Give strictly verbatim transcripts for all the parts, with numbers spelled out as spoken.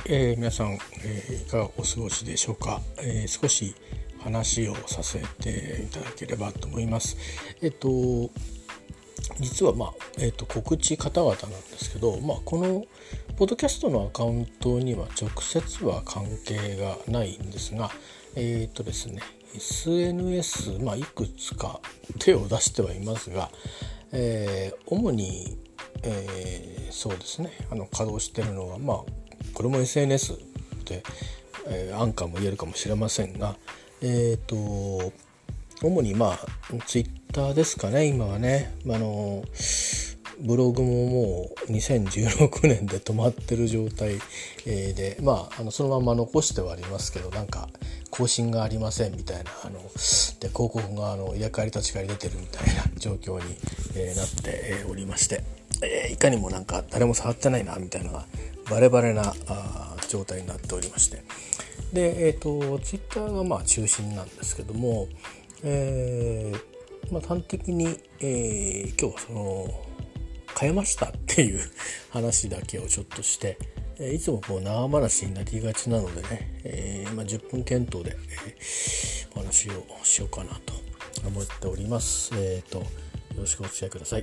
えー、皆さん、えー、いかがお過ごしでしょうか。えー、少し話をさせていただければと思います。えっと実は、まあえっと、告知方々なんですけど、まあ、このポッドキャストのアカウントには直接は関係がないんですが、えっとですね エスエヌエス、まあ、いくつか手を出してはいますが、えー、主に、えー、そうですねあの稼働しているのは、まあこれも エスエヌエス で、えー、アンカーも言えるかもしれませんが、えっと主にまあツイッターですかね今はね。あのブログももうにせんじゅうろくねんで止まってる状態で、まあ、あのそのまま残してはありますけど、なんか更新がありませんみたいな、あので広告があの入れ替わり立ち替わり出てるみたいな状況に、えー、なっておりまして、えー、いかにもなんか誰も触ってないなみたいなバレバレなあ状態になっておりまして、で、えーと、ツイッターがまあ中心なんですけども、えーまあ、端的に、えー、今日はその変えましたっていう話だけをちょっとして、いつもこう長話になりがちなのでね、えーまあ、じゅっぷん検討で、えー、お話をしようかなと思っております。えーと、よろしくお付き合いください。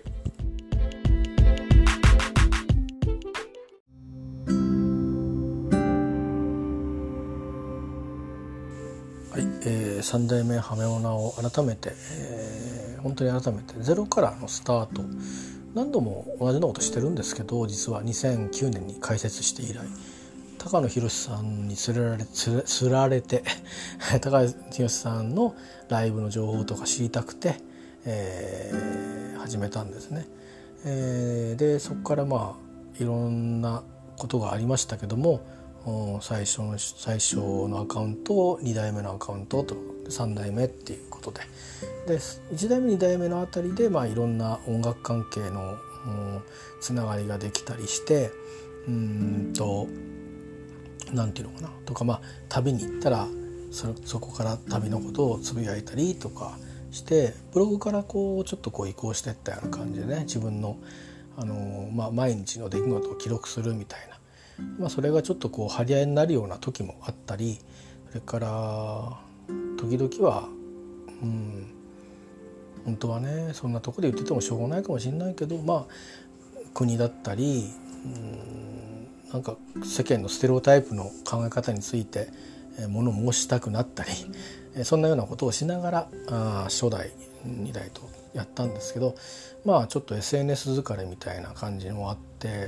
はい、えー、さん代目ハメオナを改めて、えー、本当に改めてゼロからのスタート、何度も同じようなことしてるんですけど、実はにせんきゅうねんに開設して以来高野博さんにつれられつれつられて高野博さんのライブの情報とか知りたくて、えー、始めたんですね。えー、でそこからまあいろんなことがありましたけども、最初の最初のアカウントをに代目のアカウントとさん代目っていうことで、でいち代目に代目のあたりで、まあ、いろんな音楽関係のつながりができたりして、うーんとなんていうのかなとか、まあ旅に行ったら そ, そこから旅のことをつぶやいたりとかして、ブログからこうちょっとこう移行していったような感じでね、自分の、あの、まあ、毎日の出来事を記録するみたいな、まあ、それがちょっとこう張り合いになるような時もあったり、それから時々は、うん、本当はねそんなとこで言っててもしょうがないかもしれないけど、まあ国だったり、うん、なんか世間のステレオタイプの考え方について物申したくなったり、そんなようなことをしながらあ初代に代とやったんですけど、まあちょっと エスエヌエス 疲れみたいな感じもあって、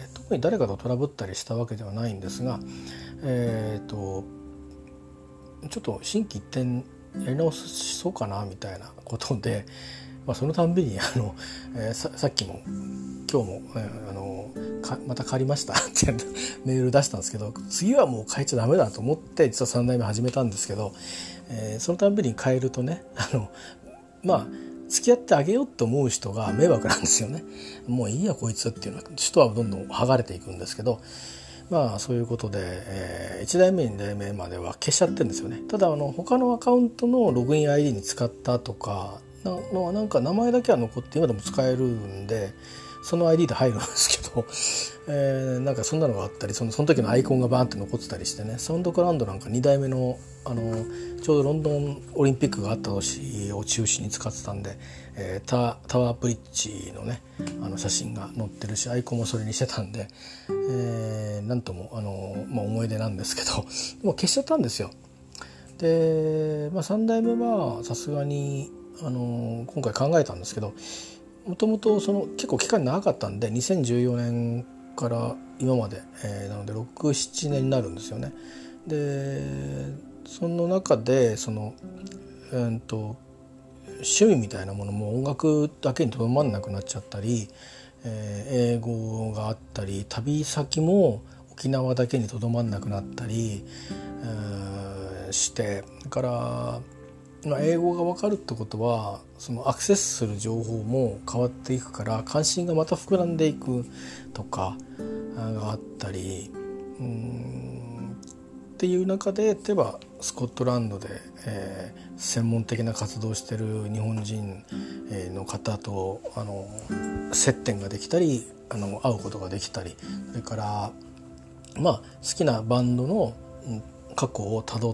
特に誰かとトラブったりしたわけではないんですが、えーとちょっと心機一転やり直しそうかなみたいなことで、まあ、そのたんびにあの、えー、さ, さっきも今日も、えー、あのかまた変わりましたってメール出したんですけど、次はもう変えちゃダメだと思って実はさん代目始めたんですけど、えー、そのたんびに変えるとね、あのまあ付き合ってあげようと思う人が迷惑なんですよね。もういいやこいつっていうのは人はどんどん剥がれていくんですけど、まあそういうことで、えー、いち代目に代目までは消しちゃってるんですよね。ただあの他のアカウントのログイン アイディー に使ったとかのなんか名前だけは残って今でも使えるんで、その アイディー で入るんですけど、えー、なんかそんなのがあったり、そのその時のアイコンがバーンって残ってたりしてね、サウンドクラウンドなんかに代目のあのちょうどロンドンオリンピックがあった年を中心に使ってたんで、えー、タ, タワーブリッジのねあの写真が載ってるし、アイコンもそれにしてたんで、えー、なんともあの、まあ、思い出なんですけど、もう消しちゃったんですよ。で、まあ、さん代目はさすがにあの今回考えたんですけど、もともとその結構期間長かったんでにせんじゅうよねんから今まで、えー、なのでろく、ななねんになるんですよね。でその中でその、えー、と趣味みたいなものも音楽だけにとどまらなくなっちゃったり、えー、英語があったり、旅先も沖縄だけにとどまらなくなったり、えー、して、だからまあ、英語が分かるってことはそのアクセスする情報も変わっていくから関心がまた膨らんでいくとかがあったり、うーんっていう中で、例えばスコットランドで、えー、専門的な活動をしている日本人の方とあの接点ができたり、あの会うことができたり、それからまあ好きなバンドの過去をたどって、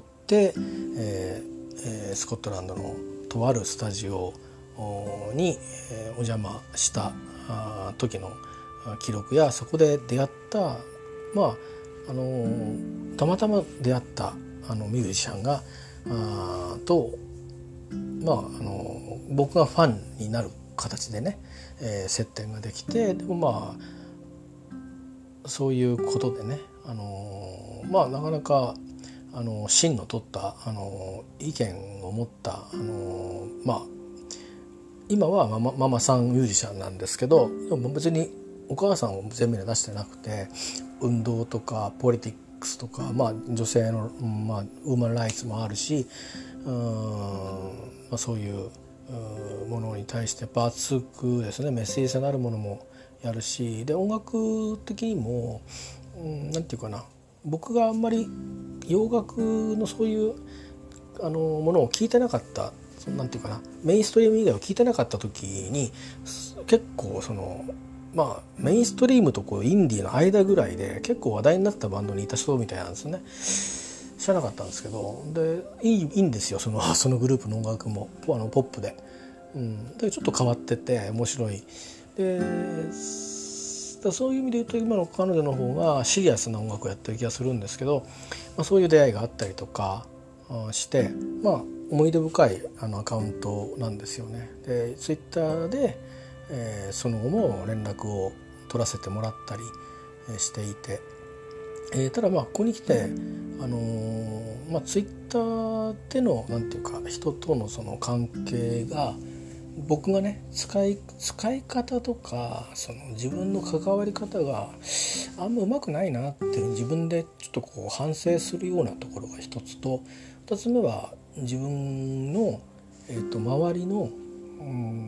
えーえー、スコットランドのとあるスタジオに、えー、お邪魔した時の記録や、そこで出会ったまああのー、たまたま出会ったあのミュージシャンがあと、まああのー、僕がファンになる形でね、えー、接点ができて、でもまあそういうことでね、あのー、まあなかなかあの芯の取った、あのー、意見を持った、あのー、まあ今はママ、ママさんミュージシャンなんですけど、でも別にお母さんを前面に出してなくて、運動とかポリティックスとか、まあ、女性の、まあ、ウーマンライツもあるし、うーん、まあ、そういうものに対して熱くですね、メッセージ性のあるものもやるし、で音楽的にも、うん、なんていうかな、僕があんまり洋楽のそういうあのものを聞いてなかった、なんていうかな、メインストリーム以外を聞いてなかった時に結構そのまあメインストリームとこうインディーの間ぐらいで結構話題になったバンドにいた人みたいなんですね。知らなかったんですけど、でいい、いいんですよ、そのそのグループの音楽もあのポップで、うん、でちょっと変わってて面白い。でそういう意味で言うと今の彼女の方がシリアスな音楽をやってる気がするんですけど、まあ、そういう出会いがあったりとかして、まあ思い出深いあのアカウントなんですよね。でツイッターで、えー、その後も連絡を取らせてもらったりしていて、えー、ただまあここに来て、あのーまあ、ツイッターでのなんていうか人とのその関係が僕がね使い使い方とかその自分の関わり方があんまうまくないなって自分でちょっとこう反省するようなところが一つと、二つ目は自分の、えー、と周りの、うん、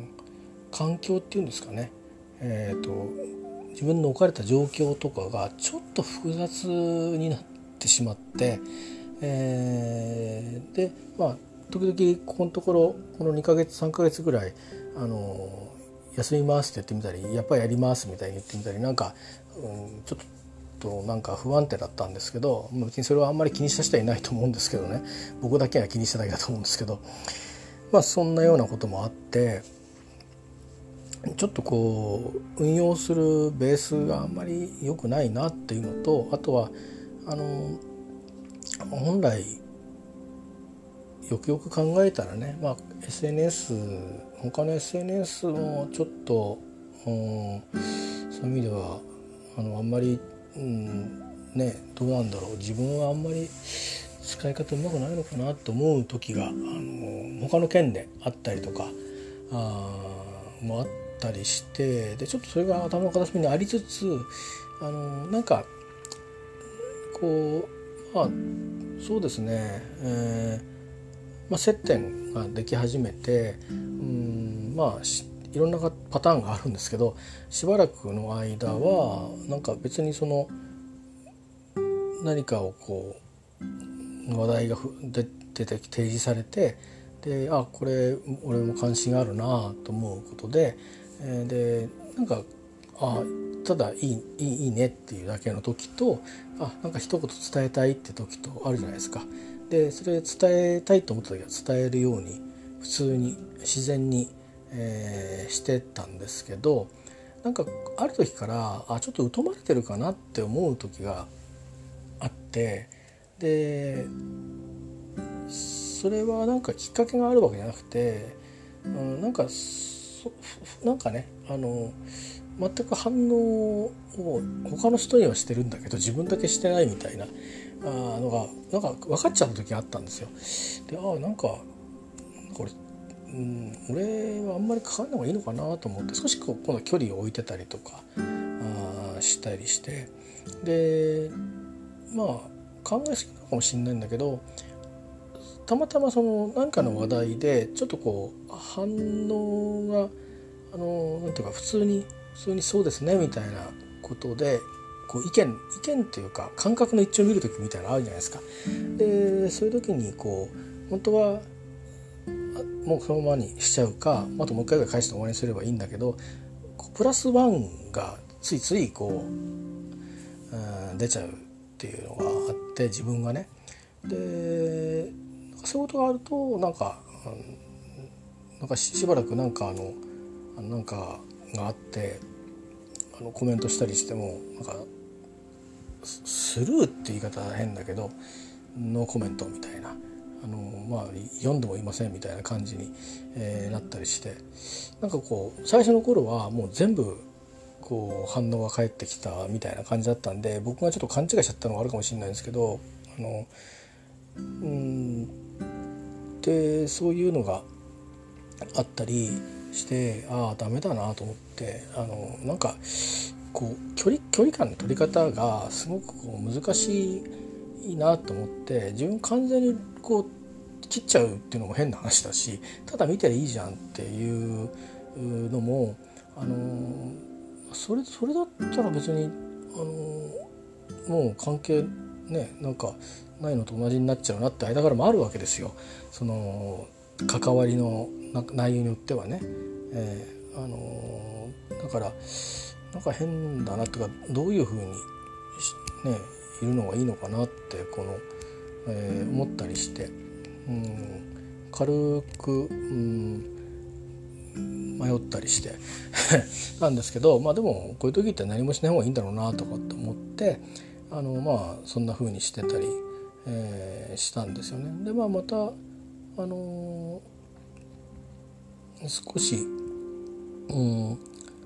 環境っていうんですかね、えー、と自分の置かれた状況とかがちょっと複雑になってしまって、えー、でまあ時々ここのところこのにかげつさんかげつぐらいあの休みますって言ってみたり、やっぱりやりますみたいに言ってみたり、なんか、うん、ちょっとなんか不安定だったんですけど、別にそれはあんまり気にした人はいないと思うんですけどね、僕だけが気にしただけだと思うんですけど、まあそんなようなこともあって、ちょっとこう運用するベースがあんまり良くないなっていうのと、あとはあの本来よくよく考えたらね、まあ、エスエヌエス 他の エスエヌエス もちょっと、うん、そういう意味ではあのあんまり、うん、ね、どうなんだろう、自分はあんまり使い方うまくないのかなと思う時があの他の県であったりとかあもあったりして、でちょっとそれが頭の片隅にありつつ、あのなんかこうまあそうですね、えーまあ、接点ができ始めて、うん、まあいろんなパターンがあるんですけど、しばらくの間はなんか別にその何かをこう話題が出て提示されて、であこれ俺も関心があるなと思うことで、えー、でなんかあただいい、いい、いいねっていうだけの時と、あなんか一言伝えたいって時とあるじゃないですか。でそれ伝えたいと思った時は伝えるように普通に自然に、えー、してたんですけど、なんかある時からあちょっと疎まれてるかなって思う時があって、でそれはなんかきっかけがあるわけじゃなくて、うん、なんかなんかねあの全く反応を他の人にはしてるんだけど自分だけしてないみたいなのがなんか分かっちゃった時があったんですよ。であなんかこれ、うん、俺はあんまりかかんない方がいいのかなと思って少しこう今度距離を置いてたりとかあしたりして、でまあ考えすぎなのかもしれないんだけど、たまたまその何かの話題でちょっとこう反応があのなんていうか普通に普通にそうですねみたいなことでこう意見意見っていうか感覚の一致を見るときみたいなのあるじゃないですか。でそういう時にこう本当はもうそのままにしちゃうか、あともう一回ぐらい返して終わりにすればいいんだけど、プラスワンがついついこう、うん、出ちゃうっていうのがあって自分がねでそういうことがあるとなんかなんかしばらくなんかあのなんかがあってあのコメントしたりしてもなんかスルーって言い方は変だけどノーコメントみたいなあの、まあ、読んでもいませんみたいな感じに、えー、なったりしてなんかこう最初の頃はもう全部こう反応が返ってきたみたいな感じだったんで僕がちょっと勘違いしちゃったのがあるかもしれないんですけどあのうんでそういうのがあったりしてああダメだなと思ってあのなんかこう距離距離感の取り方がすごくこう難しいなと思って自分完全にこう切っちゃうっていうのも変な話だしただ見てりゃいいじゃんっていうのもあのそれそれだったら別にあのもう関係ねなんかないのと同じになっちゃうなって間柄もあるわけですよ。その関わりの内容によってはね、えー、あのだからなんか変だなっていうかどういうふうにねいるのがいいのかなってこの、えー、思ったりして、うん、軽く、うん、迷ったりしてなんですけどまあでもこういう時って何もしない方がいいんだろうなとかって思ってあのまあそんな風にしてたり、えー、したんですよね。でまあまたあのー、少し、うん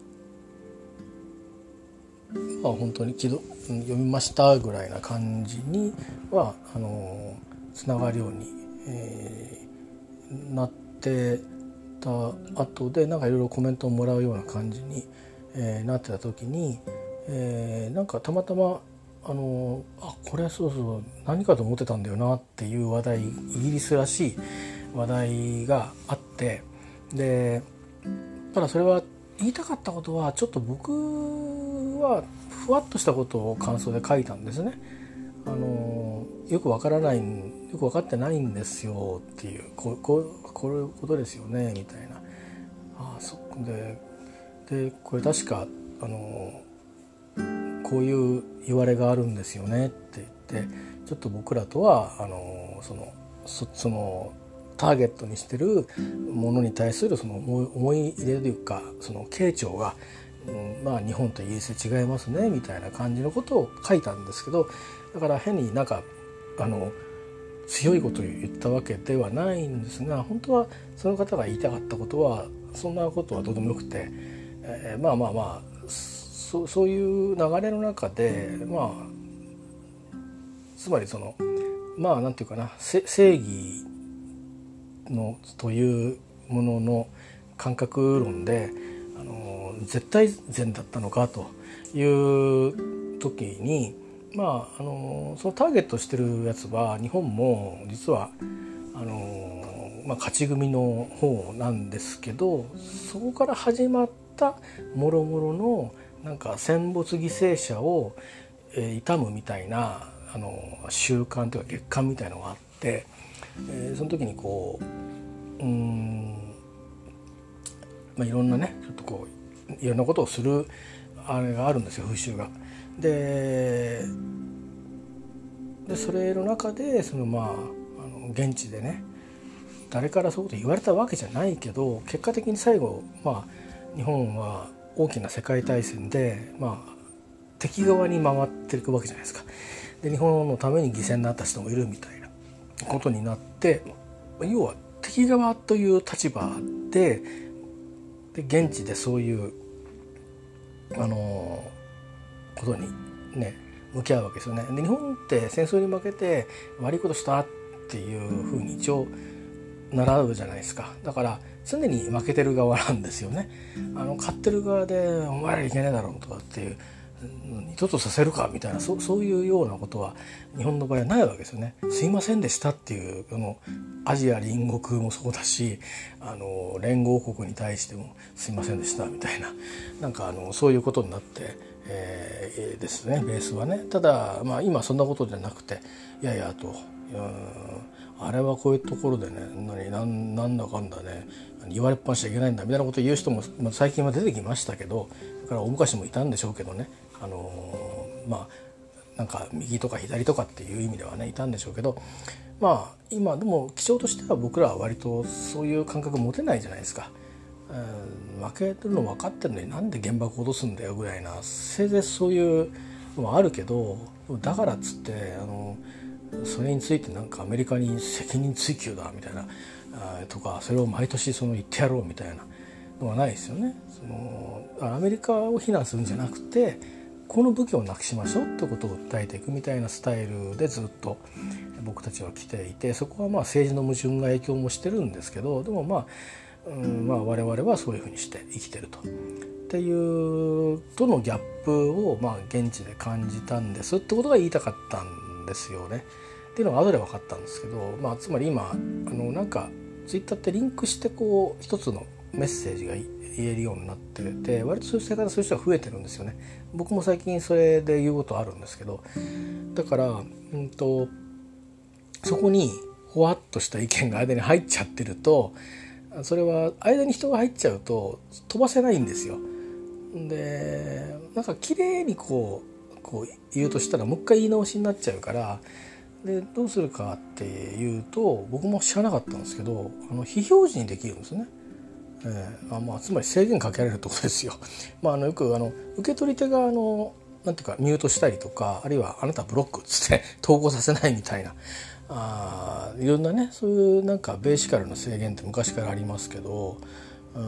まあ、本当に読みましたぐらいな感じにはあのつながるように、えー、なってた後でなんかいろいろコメントをもらうような感じに、えー、なってた時に、えー、なんかたまたまあのあこれはそうそう何かと思ってたんだよなっていう話題イギリスらしい話題があってでただそれは言いたかったことはちょっと僕はふわっとしたことを感想で書いたんですね。あのよくわからないよく分かってないんですよっていうこうこうこういうことですよねみたいなあそででこれ確かあのこういう言われがあるんですよねって言ってちょっと僕らとはあのそのそそのターゲットにしてるものに対するその思い入れというかその傾聴が、うん、まあ日本とイギリスで違いますねみたいな感じのことを書いたんですけどだから変になんかあの強いことを言ったわけではないんですが本当はその方が言いたかったことはそんなことはどうでもよくて、えー、まあまあまあそ, そういう流れの中でまあつまりそのまあなんていうかな正義のというものの感覚論であの絶対善だったのかという時にまああのそのターゲットしてるやつは日本も実はあの、まあ、勝ち組の方なんですけどそこから始まったもろもろのなんか戦没犠牲者を、えー、悼むみたいなあの習慣というか月間みたいのがあって、えー、その時にこううーん、まあ、いろんなねちょっとこういろんなことをするあれがあるんですよ風習が。ででそれの中でそのまあ、あの現地でね誰からそういうこと言われたわけじゃないけど結果的に最後、まあ、日本は大きな世界大戦で、まあ、敵側に回っていくわけじゃないですか。で日本のために犠牲になった人もいるみたいなことになって要は敵側という立場で、で現地でそういうあのことにね向き合うわけですよね。で日本って戦争に負けて悪いことしたっていうふうに一応習うじゃないですか。だから常に負けてる側なんですよね。あの勝ってる側でお前らいけねえだろうとかっていう二度とさせるかみたいな そ, そういうようなことは日本の場合はないわけですよね。すいませんでしたっていうこのアジア隣国もそうだしあの連合国に対してもすいませんでしたみたいななんかあのそういうことになって、えー、ですねベースはね。ただ、まあ、今そんなことじゃなくていやいやとうんあれはこういうところでね何なんなんだかんだね言われっぱなしちゃいけないんだみたいなことを言う人も、まあ、最近は出てきましたけどだから大昔もいたんでしょうけどねあのー、まあなんか右とか左とかっていう意味ではねいたんでしょうけど、まあ今でも気象としては僕らは割とそういう感覚持てないじゃないですか。うん、負けてるの分かってるのになんで原爆落とすんだよぐらいな、せいぜいそういうのはあるけど、だからっつってあのそれについてなんかアメリカに責任追及だみたいなあとか、それを毎年その言ってやろうみたいなのはないですよね。そのアメリカを非難するんじゃなくて、この武器をなくしましょうってことを訴えていくみたいなスタイルでずっと僕たちは来ていて、そこはまあ政治の矛盾が影響もしてるんですけど、でもまあ、うん、まあ我々はそういうふうにして生きてるとっていうとのギャップをまあ現地で感じたんですってことが言いたかったんですよね。っていうのが後で分かったんですけど、まあ、つまり今あのなんかツイッターってリンクしてこう一つのメッセージが言えるようになってて、割とそういう生活する人が増えてるんですよね。僕も最近それで言うことあるんですけど、だから、うんと、そこにほわっとした意見が間に入っちゃってると、それは間に人が入っちゃうと飛ばせないんですよ。でなんか綺麗にこう、こう言うとしたらもう一回言い直しになっちゃうから、でどうするかっていうと、僕も知らなかったんですけど、あの非表示にできるんですね。えーあまあ、つまり制限かけられるってことですよ。まあ、あのよくあの受け取り手があのなんていうかミュートしたりとか、あるいはあなたブロックっつって投稿させないみたいな、あいろんなねそういうなんかベーシカルな制限って昔からありますけど、うん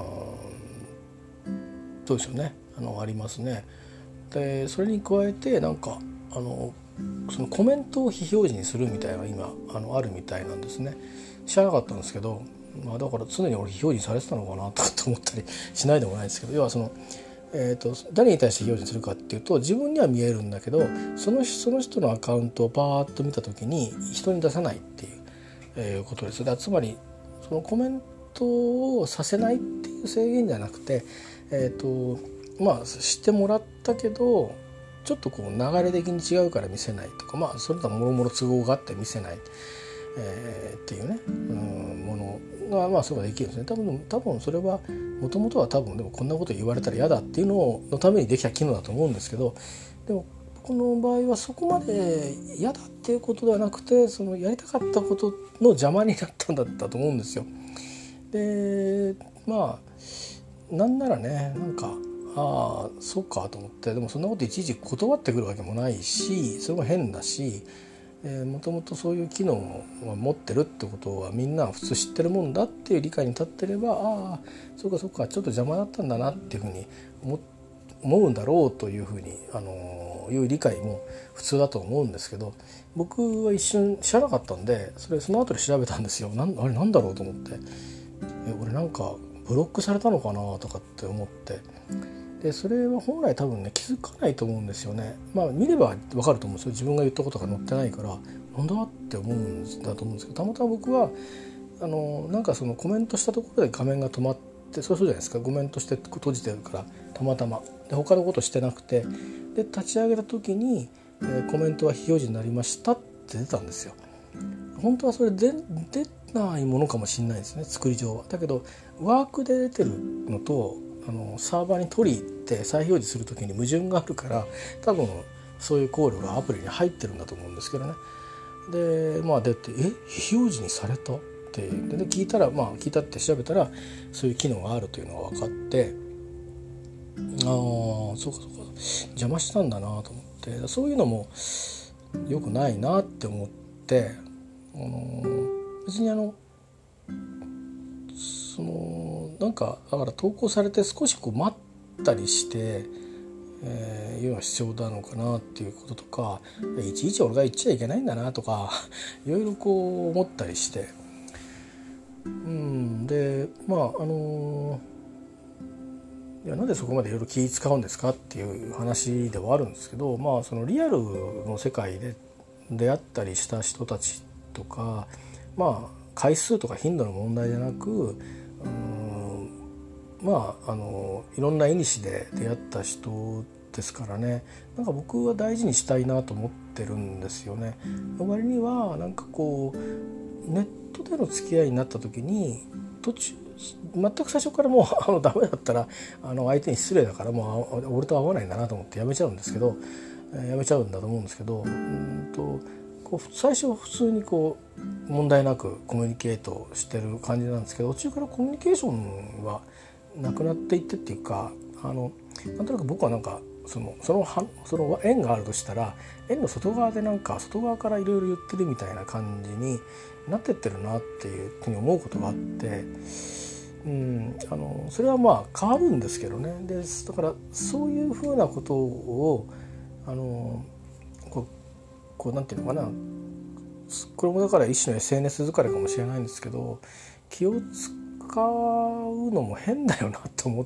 そうですよね、あのありますね。でそれに加えてなんかあのそのコメントを非表示にするみたいなのが今あのあるみたいなんですね。知らなかったんですけど、まあ、だから常に俺非表示にされてたのかなとかって思ったりしないでもないですけど、要はその、えーと、誰に対して非表示にするかっていうと、自分には見えるんだけど、そのその人のアカウントをパーッと見た時に人に出さないっていう、えー、ことです。だつまりそのコメントをさせないっていう制限じゃなくて、えーとまあ知ってもらったけどちょっとこう流れ的に違うから見せないとか、まあそれとはもろもろ都合があって見せない、えー、っていうね、うん、ものがまあそうができるんですね。多分多分それはもともとは多分でもこんなこと言われたら嫌だっていうののためにできた機能だと思うんですけど、でもこの場合はそこまで嫌だっていうことではなくて、そのやりたかったことの邪魔になったんだったと思うんですよ。でまあなんならね、なんかああそうかと思って、でもそんなこといちいち断ってくるわけもないし、それも変だし、もともとそういう機能を持ってるってことはみんな普通知ってるもんだっていう理解に立ってれば、ああそうかそうかちょっと邪魔だったんだなっていうふうに思思うんだろうというふうに、あのいう理解も普通だと思うんですけど、僕は一瞬知らなかったんで、それその後で調べたんですよ。なんあれなんだろうと思って、え俺なんかブロックされたのかなとかって思って、でそれは本来多分ね気づかないと思うんですよね。まあ見れば分かると思うんですよ。自分が言ったことが載ってないからなんだって思うんだと思うんですけど、たまたま僕はあのなんかそのコメントしたところで画面が止まって、そうするじゃないですか。コメントして閉じてるからたまたまで他のことしてなくて、で立ち上げた時に、えー、コメントは非表示になりましたって出たんですよ。本当はそれで出ないものかもしれないですね、作り上は。だけどワークで出てるのとあのサーバーに取り入って再表示する時に矛盾があるから、多分そういうコールがアプリに入ってるんだと思うんですけどね。でまあ出てえ非表示にされたってで聞いたら、まあ聞いたって調べたらそういう機能があるというのが分かって、ああそうかそうか邪魔したんだなと思って、そういうのも良くないなって思って、あの別にあのそのなんかだから投稿されて少しこう待ったりして、えー、いうのが必要なのかなっていうこととか、いちいち俺が言っちゃいけないんだなとかいろいろこう思ったりして、うんでまああのいやなんでそこまでいろいろ気使うんですかっていう話ではあるんですけど、まあそのリアルの世界で出会ったりした人たちとか、まあ回数とか頻度の問題じゃなく、うんまああのいろんな縁で出会った人ですからね、なんか僕は大事にしたいなと思ってるんですよね。割にはなんかこうネットでの付き合いになった時に途中全く最初からもうあのダメだったらあの相手に失礼だからもう俺と会わないんだなと思ってやめちゃうんですけど、 やめちゃうんだと思うんですけど、うんとこう最初は普通にこう問題なくコミュニケートしてる感じなんですけど、途中からコミュニケーションはなくなっていってっていうか、あのなんとなく僕はなんかそのそのその縁があるとしたら、縁の外側でなんか外側からいろいろ言ってるみたいな感じになってってるなっていうふうに思うことがあって、うん、あのそれはまあ変わるんですけどね。でだからそういうふうなことをあのこうこうなんていうのかな、これもだから一種の エスエヌエス 疲れかもしれないんですけど、気を使うのも変だよなと思って、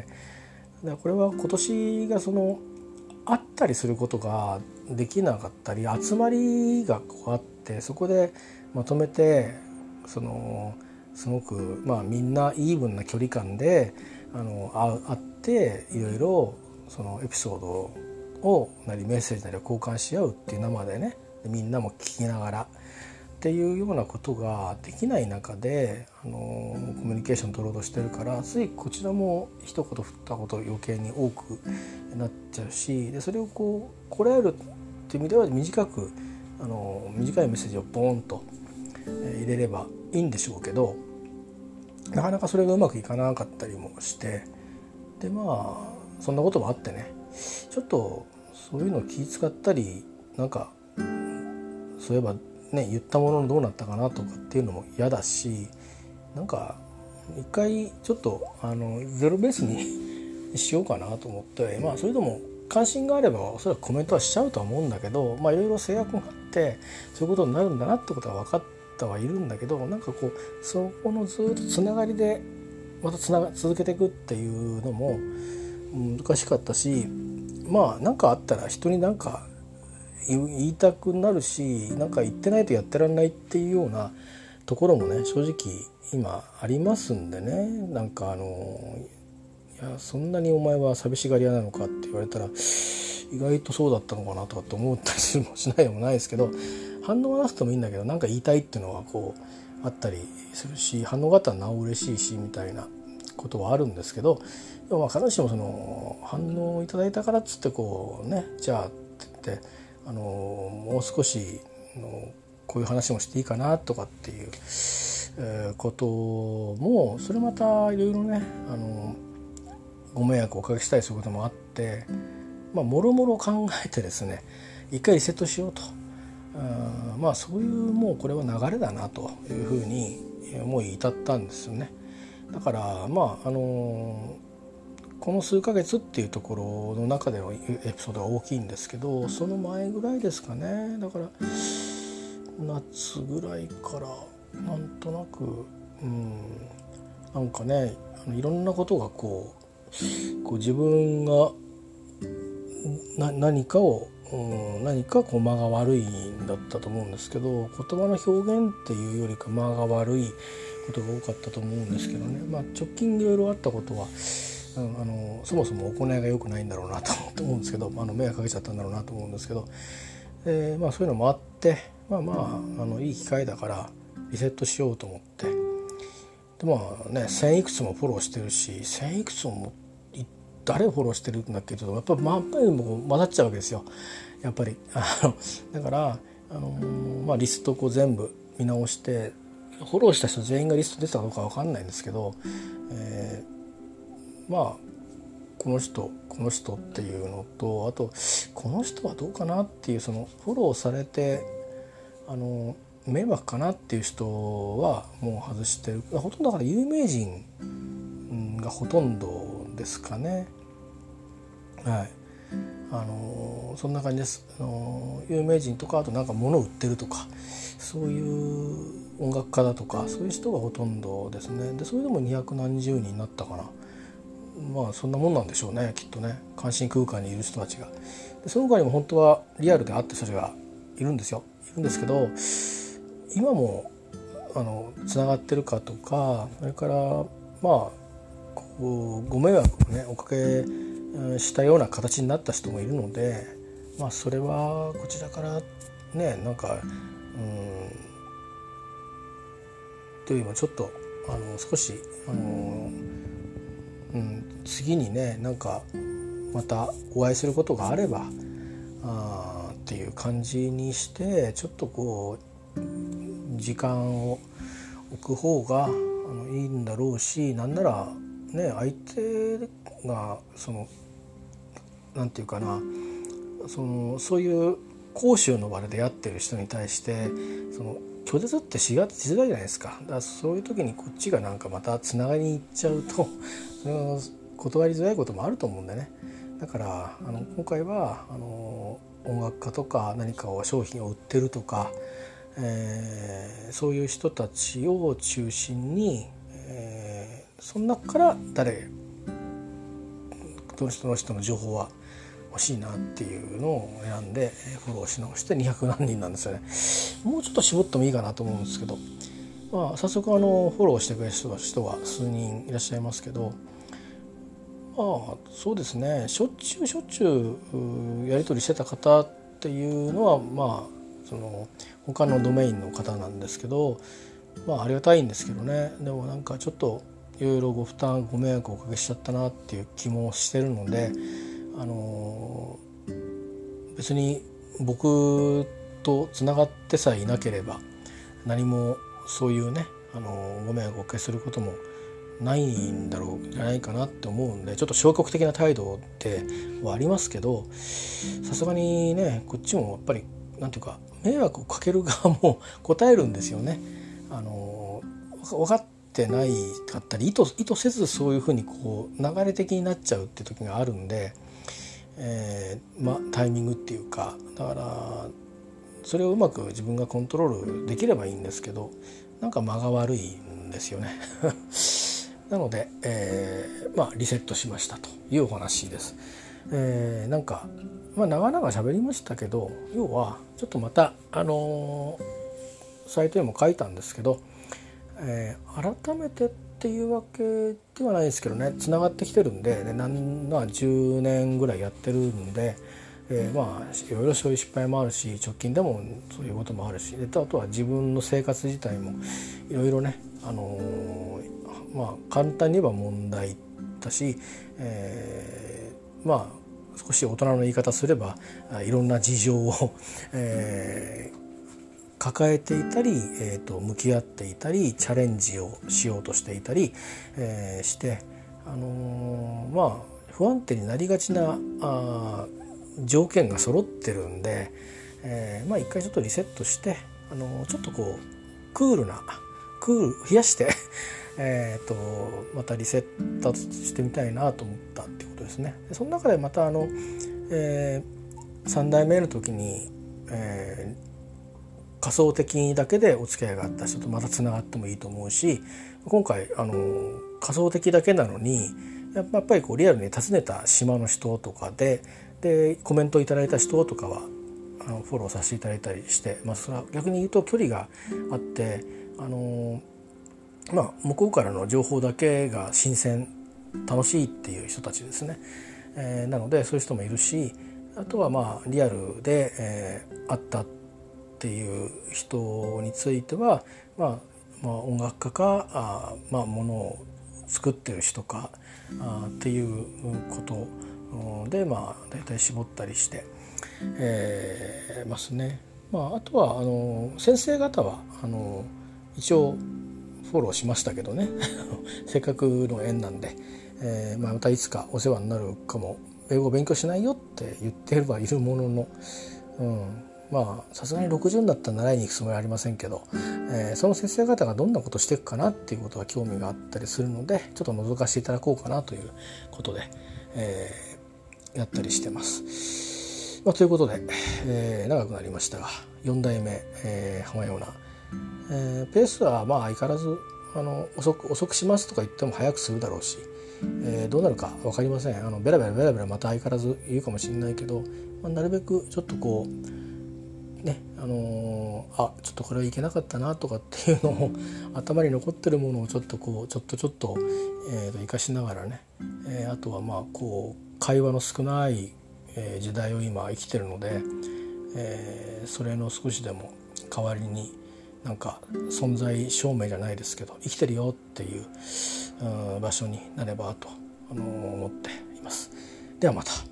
だからこれは今年がその会ったりすることができなかったり、集まりがこうあって、そこでまとめてそのすごくまあみんなイーブンな距離感であの会っていろいろそのエピソードをなりメッセージなりを交換し合うっていう生でね、みんなも聞きながらっていうようなことができない中であのコミュニケーション取ろうとしてるから、ついこちらも一言二言余計に多くなっちゃうし、でそれをこうこらえるっていう意味では短くあの短いメッセージをボーンと入れればいいんでしょうけど、なかなかそれがうまくいかなかったりもして、でまあそんなこともあってね、ちょっとそういうのを気遣ったり、なんかそういえばね言ったもののどうなったかなとかっていうのも嫌だし、なんか一回ちょっとあのゼロベースにしようかなと思って、まあそれでも関心があればおそらくコメントはしちゃうとは思うんだけど、まあいろいろ制約があってそういうことになるんだなってことは分かってはいるんだけど、なんかこうそこのずっとつながりでまたつなが続けていくっていうのも難しかったし、まあ何かあったら人に何か言いたくなるし、なんか言ってないとやってらんないっていうようなところもね正直今ありますんでね。なんかあのいやそんなにお前は寂しがり屋なのかって言われたら意外とそうだったのかなとかって思ったりするもしないでもないですけど、反応がなくてもいいんだけどなんか言いたいっていうのはこうあったりするし、反応があったらなお嬉しいしみたいなことはあるんですけど、でもまあ必ずしもその反応をいただいたからっつってこうね、じゃあって言ってあのもう少しのこういう話もしていいかなとかっていう、えー、こともそれまたいろいろねあのご迷惑をおかけしたりすることもあって、まあもろもろ考えてですね一回リセットしようと、あまあそういうもうこれは流れだなというふうに思い至ったんですよね。だからまああのこの数ヶ月っていうところの中でのエピソードが大きいんですけど、その前ぐらいですかね、だから夏ぐらいからなんとなく、うん、なんかねあのいろんなことがこうこう自分がな何かを、うん、何かこう間が悪いんだったと思うんですけど、言葉の表現っていうよりか間が悪いことが多かったと思うんですけどね、まあ、直近いろいろあったことはあのそもそも行いが良くないんだろうなと思うんですけど、あの迷惑かけちゃったんだろうなと思うんですけど、えーまあ、そういうのもあってまあまあ、あのいい機会だからリセットしようと思って、でまあねせんいくつもフォローしてるし、せんいくつも誰をフォローしてるんだっけとやっぱりやっぱりもう混ざっちゃうわけですよやっぱり。あのだからあの、まあ、リストをこう全部見直して、フォローした人全員がリスト出たかどうか分かんないんですけど、えー、まあこの人この人っていうのと、あとこの人はどうかなっていうそのフォローされてあの迷惑かなっていう人はもう外してる。ほとんどだから有名人がほとんどですかね。はい、あのそんな感じです。あの有名人とかあとなんか物売ってるとかそういう音楽家だとかそういう人がほとんどですね。でそれでもにひゃくなんじゅうにんになったかな。まあそんなもんなんでしょうねきっとね、関心空間にいる人たちが。でその他にも本当はリアルで会ってそれがいるんですよいるんですけど、今もあのつながってるかとか、それからまあこうご迷惑をねおかけしたような形になった人もいるので、まあそれはこちらからねなんかうんというよりもちょっとあの少しあの、うん、次にねなんかまたお会いすることがあればあっていう感じにしてちょっとこう時間を置く方があのいいんだろうし、なんならね相手がそのなんていうかなそのそういう講習の場で出会ってる人に対してその拒絶ってしがちづらいじゃないですか。だからそういう時にこっちがなんかまたつながりに行っちゃうとその断りづらいこともあると思うんでね。だからあの今回はあの音楽家とか何かを商品を売ってるとか、えー、そういう人たちを中心に、えー、その中から誰どの人の人の情報は欲しいなっていうのを選んでフォローし直してにひゃくなんにんなんですよね。もうちょっと絞ってもいいかなと思うんですけど、まあ、早速あのフォローしてくれる人が人が数人いらっしゃいますけど、まあそうですね、しょっちゅうしょっちゅうやり取りしてた方っていうのはまあその他のドメインの方なんですけど、まあありがたいんですけどね。でもなんかちょっといろいろご負担ご迷惑をおかけしちゃったなっていう気もしてるので、あの別に僕とつながってさえいなければ何もそういうね、あのご迷惑をおかけすることもないんだろうじゃないかなって思うんで、ちょっと消極的な態度ではありますけど、さすがにねこっちもやっぱりなんていうか迷惑をかける側も答えるんですよね。あの分かってないかったり意図、意図せずそういうふうにこう流れ的になっちゃうって時があるんで、えーま、タイミングっていうか、だからそれをうまく自分がコントロールできればいいんですけど、なんか間が悪いんですよねなので、えーまあ、リセットしましたというお話です。えー、なんか、まあ、長々喋りましたけど、要はちょっとまた、あのー、サイトにも書いたんですけど、えー、改めてっていうわけではないですけどね、つながってきてるんで、でなんまあじゅうねんぐらいやってるんで、えー、まあいろいろそういう失敗もあるし、直近でもそういうこともあるし、であとは自分の生活自体もいろいろね、あのー、まあ簡単に言えば問題だし、えー、まあ少し大人の言い方すればいろんな事情を、えー抱えていたり、えーと、向き合っていたりチャレンジをしようとしていたり、えー、して、あのー、まあ不安定になりがちなあ条件が揃ってるんで、えー、まあ一回ちょっとリセットして、あのー、ちょっとこうクールなクール冷やしてえとまたリセットしてみたいなと思ったっていうことですね。でその中でまたあの、えー、さんだいめの時に、えー仮想的だけでお付き合いがあった人とまたつながってもいいと思うし、今回あの仮想的だけなのにやっぱりこうリアルに訪ねた島の人とかででコメントいただいた人とかはあのフォローさせていただいたりして、まあ、それは逆に言うと距離があってあの、まあ、向こうからの情報だけが新鮮楽しいっていう人たちですね、えー、なのでそういう人もいるし、あとはまあリアルで、えー、会ったっていう人については、まあ、まあ音楽家かあ、まあ、ものを作ってる人かあっていうことで、まあ、大体絞ったりして、えー、ますね。まあ、あとはあの先生方はあの一応フォローしましたけどねせっかくの縁なんで、えーまあ、またいつかお世話になるかも、英語を勉強しないよって言ってればいるものの、うんまあさすがにろくじゅうになったら習いに行くつもりはありませんけど、えー、その先生方がどんなことしていくかなっていうことが興味があったりするので、ちょっと覗かせていただこうかなということで、えー、やったりしてます。まあ、ということで、えー、長くなりましたがよんだいめ、えー、浜ヨナ、えー、ペースはまあ相変わらずあの遅く遅くしますとか言っても早くするだろうし、えー、どうなるか分かりません。あのベラベラベラベラまた相変わらず言うかもしれないけど、まあ、なるべくちょっとこうね、あのー、あちょっとこれはいけなかったなとかっていうのを頭に残ってるものをちょっとこうちょっとちょっと、えー、と生かしながらね、えー、あとはまあこう会話の少ない、えー、時代を今生きてるので、えー、それの少しでも代わりになんか存在証明じゃないですけど生きてるよっていう、うん、場所になればと、あのー、思っています。ではまた。